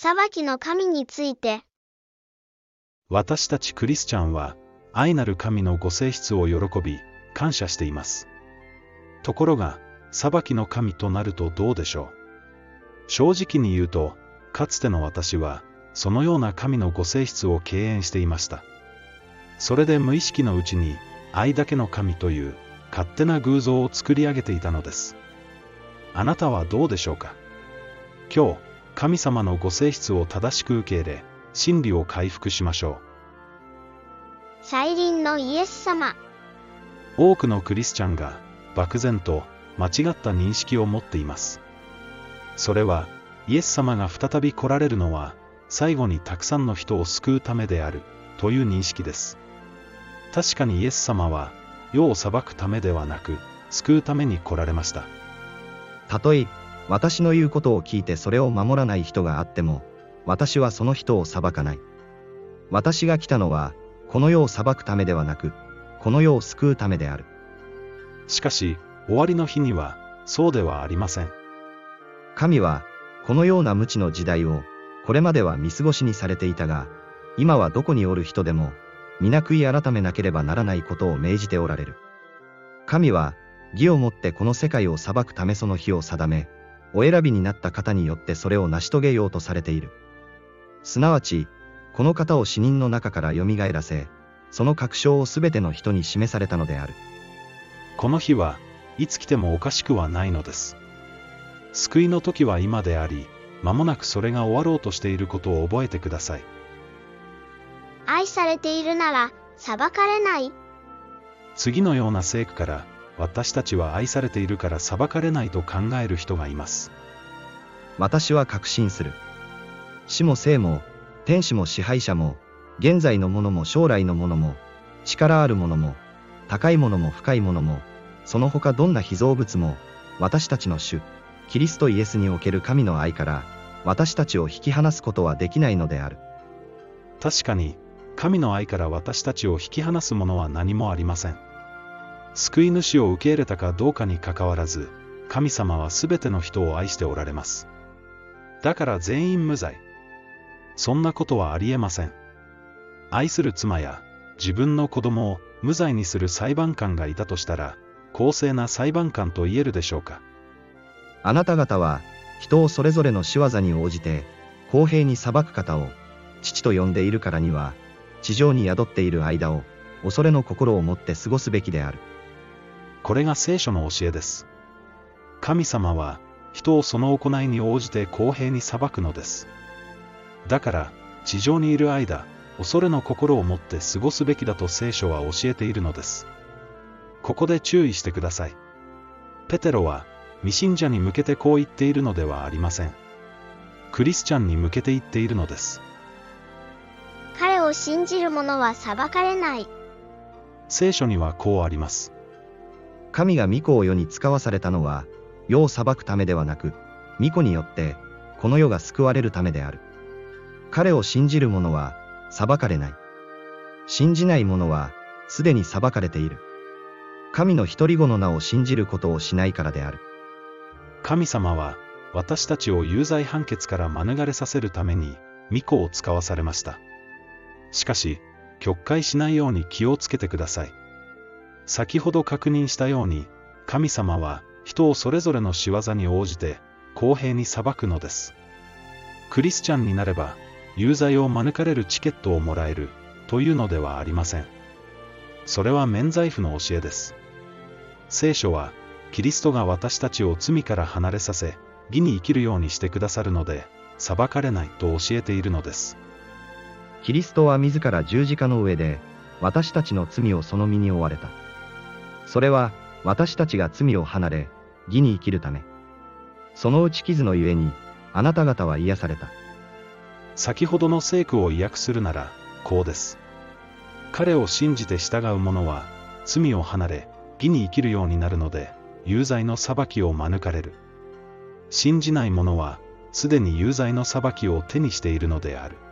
裁きの神について。 私たちクリスチャンは、愛なる神のご性質を喜び、感謝しています。ところが、裁きの神となるとどうでしょう。正直に言うと、かつての私は、そのような神のご性質を敬遠していました。それで無意識のうちに、愛だけの神という、勝手な偶像を作り上げていたのです。あなたはどうでしょうか。今日、神様のご性質を正しく受け入れ、真理を回復しましょう。再臨のイエス様。 多くのクリスチャンが、漠然と、間違った認識を持っています。それは、イエス様が再び来られるのは、最後にたくさんの人を救うためである、という認識です。確かにイエス様は、世を裁くためではなく、救うために来られました。 たとえ、私の言うことを聞いてそれを守らない人があっても、私はその人を裁かない。私が来たのは、この世を裁くためではなく、この世を救うためである。 しかし、終わりの日には、そうではありません。 神は、このような無知の時代を、これまでは見過ごしにされていたが、今はどこにおる人でも、皆悔い改めなければならないことを命じておられる。神は、義をもってこの世界を裁くためその日を定め、お選びになった方によってそれを成し遂げようとされている。すなわち、この方を死人の中からよみがえらせ、その確証をすべての人に示されたのである。 この日はいつ来てもおかしくはないのです。救いの時は今であり、間もなくそれが終わろうとしていることを覚えてください。 愛されているなら、裁かれない。 次のような聖句から、私たちは愛されているから裁かれないと考える人がいます。 私は確信する。死も生も、天使も支配者も、現在のものも将来のものも、力あるものも、高いものも深いものも、その他どんな被造物も、私たちの主、キリストイエスにおける神の愛から、私たちを引き離すことはできないのである。 確かに、神の愛から私たちを引き離すものは何もありません。救い主を受け入れたかどうかにかかわらず、神様はすべての人を愛しておられます。だから全員無罪。そんなことはありえません。愛する妻や自分の子供を無罪にする裁判官がいたとしたら、公正な裁判官と言えるでしょうか。 あなた方は、人をそれぞれの仕業に応じて、公平に裁く方を、父と呼んでいるからには、地上に宿っている間を、恐れの心を持って過ごすべきである。 これが聖書の教えです。神様は、人をその行いに応じて公平に裁くのです。だから、地上にいる間、恐れの心を持って過ごすべきだと聖書は教えているのです。ここで注意してください。ペテロは、未信者に向けてこう言っているのではありません。クリスチャンに向けて言っているのです。 彼を信じる者は裁かれない。 聖書にはこうあります。 神が御子を世に使わされたのは、世を裁くためではなく、御子によって、この世が救われるためである。彼を信じる者は、裁かれない。信じない者は、すでに裁かれている。神の一人子の名を信じることをしないからである。 神様は、私たちを有罪判決から免れさせるために、御子を使わされました。しかし、曲解しないように気をつけてください。先ほど確認したように、神様は、人をそれぞれの仕業に応じて、公平に裁くのです。クリスチャンになれば、有罪を免れるチケットをもらえる、というのではありません。それは免罪符の教えです。聖書は、キリストが私たちを罪から離れさせ、義に生きるようにしてくださるので、裁かれないと教えているのです。 キリストは自ら十字架の上で、私たちの罪をその身に負われた。それは、私たちが罪を離れ、義に生きるため。その打ち傷のゆえに、あなた方は癒された。 先ほどの聖句を意訳するなら、こうです。彼を信じて従う者は、罪を離れ、義に生きるようになるので、有罪の裁きを免れる。信じない者は、すでに有罪の裁きを手にしているのである。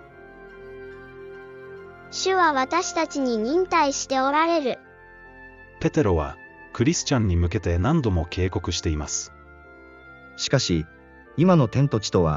主は私たちに忍耐しておられる。 ペテロは、クリスチャンに向けて何度も警告しています。 しかし、今の天と地とは、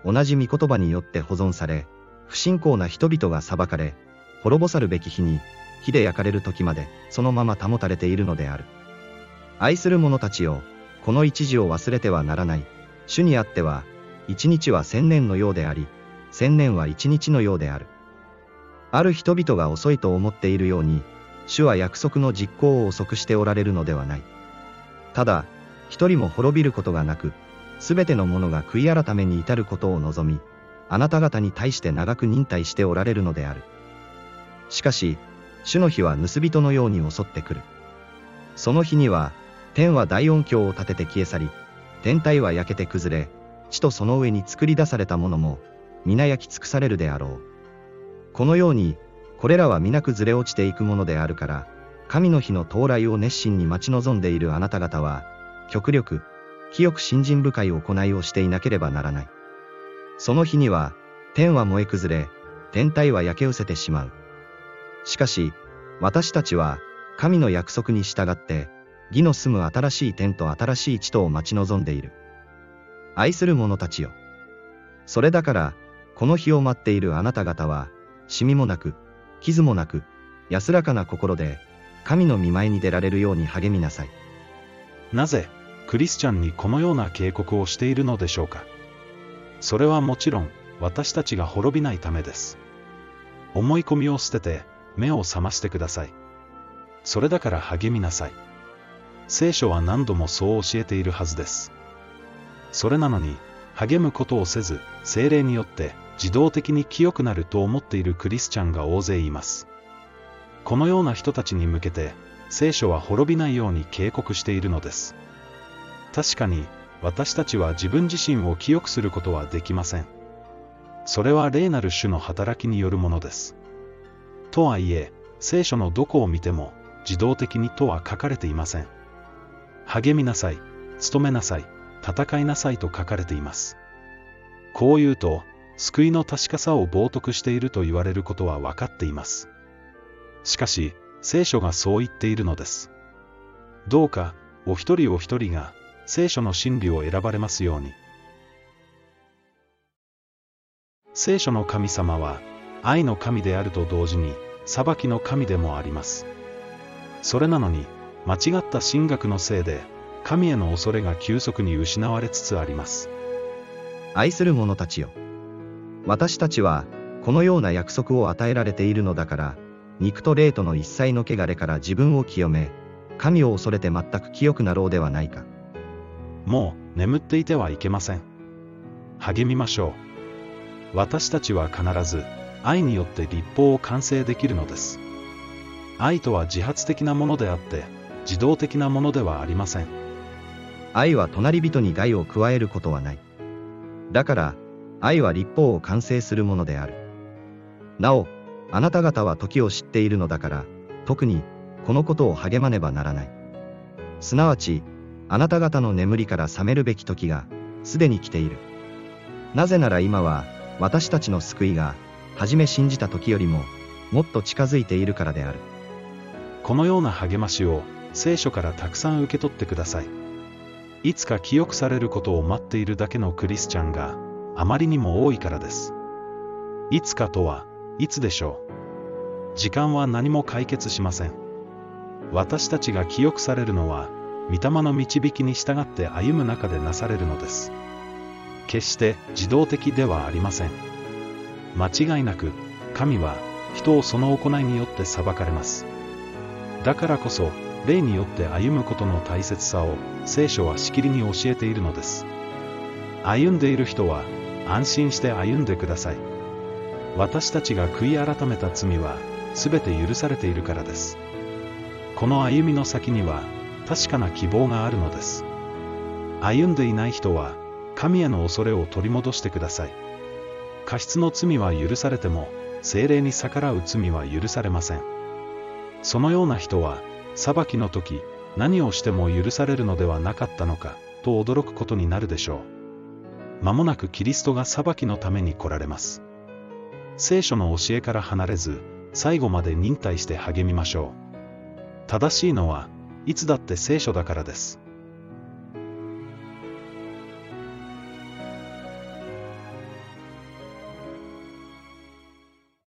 同じ御言葉によって保存され、不信仰な人々が裁かれ、滅ぼさるべき日に、火で焼かれる時まで、そのまま保たれているのである。愛する者たちよ、この一時を忘れてはならない。主にあっては、一日は千年のようであり、千年は一日のようである。ある人々が遅いと思っているように、主は約束の実行を遅くしておられるのではない。ただ、一人も滅びることがなく、すべての者が悔い改めに至ることを望み、あなた方に対して長く忍耐しておられるのである。しかし、主の日は盗人のように襲ってくる。その日には、天は大音響を立てて消え去り、天体は焼けて崩れ、地とその上に作り出されたものも、皆焼き尽くされるであろう。このように、これらは皆崩れ落ちていくものであるから、神の日の到来を熱心に待ち望んでいるあなた方は、極力、清く信心深い行いをしていなければならない。その日には、天は燃え崩れ、天体は焼け失せてしまう。しかし、私たちは、神の約束に従って、義の住む新しい天と新しい地とを待ち望んでいる。愛する者たちよ。それだから、この日を待っているあなた方は、シミもなく、傷もなく、安らかな心で、神の御前に出られるように励みなさい。 なぜ、クリスチャンにこのような警告をしているのでしょうか。それはもちろん、私たちが滅びないためです。思い込みを捨てて、目を覚ましてください。それだから励みなさい。聖書は何度もそう教えているはずです。それなのに、励むことをせず、聖霊によって自動的に清くなると思っているクリスチャンが大勢います。このような人たちに向けて、聖書は滅びないように警告しているのです。確かに、私たちは自分自身を清くすることはできません。それは霊なる主の働きによるものです。とはいえ、聖書のどこを見ても、自動的にとは書かれていません。励みなさい、努めなさい、戦いなさいと書かれています。こう言うと、救いの確かさを冒涜していると言われることは分かっています。しかし、聖書がそう言っているのです。どうか、お一人お一人が、聖書の真理を選ばれますように。聖書の神様は、愛の神であると同時に、裁きの神でもあります。それなのに、間違った神学のせいで、神への恐れが急速に失われつつあります。 愛する者たちよ。私たちは、このような約束を与えられているのだから、肉と霊との一切の汚れから自分を清め、神を恐れて全く清くなろうではないか。 もう、眠っていてはいけません。励みましょう。私たちは必ず、愛によって律法を完成できるのです。愛とは自発的なものであって、自動的なものではありません。 愛は隣人に害を加えることはない。だから、愛は律法を完成するものである。なお、あなた方は時を知っているのだから、特に、このことを励まねばならない。すなわち、あなた方の眠りから覚めるべき時が、すでに来ている。なぜなら今は、私たちの救いが、はじめ信じた時よりも、もっと近づいているからである。 このような励ましを、聖書からたくさん受け取ってください。いつか清くされることを待っているだけのクリスチャンが、あまりにも多いからです。いつかとは、いつでしょう。時間は何も解決しません。私たちが清くされるのは、御霊の導きに従って歩む中でなされるのです。決して自動的ではありません。間違いなく、神は、人をその行いによって裁かれます。だからこそ、霊によって歩むことの大切さを、聖書はしきりに教えているのです。歩んでいる人は、安心して歩んでください。私たちが悔い改めた罪は、すべて許されているからです。この歩みの先には、確かな希望があるのです。歩んでいない人は、神への恐れを取り戻してください。過失の罪は許されても、聖霊に逆らう罪は許されません。そのような人は、裁きの時、何をしても許されるのではなかったのか、と驚くことになるでしょう。間もなくキリストが裁きのために来られます。聖書の教えから離れず、最後まで忍耐して励みましょう。正しいのは、いつだって聖書だからです。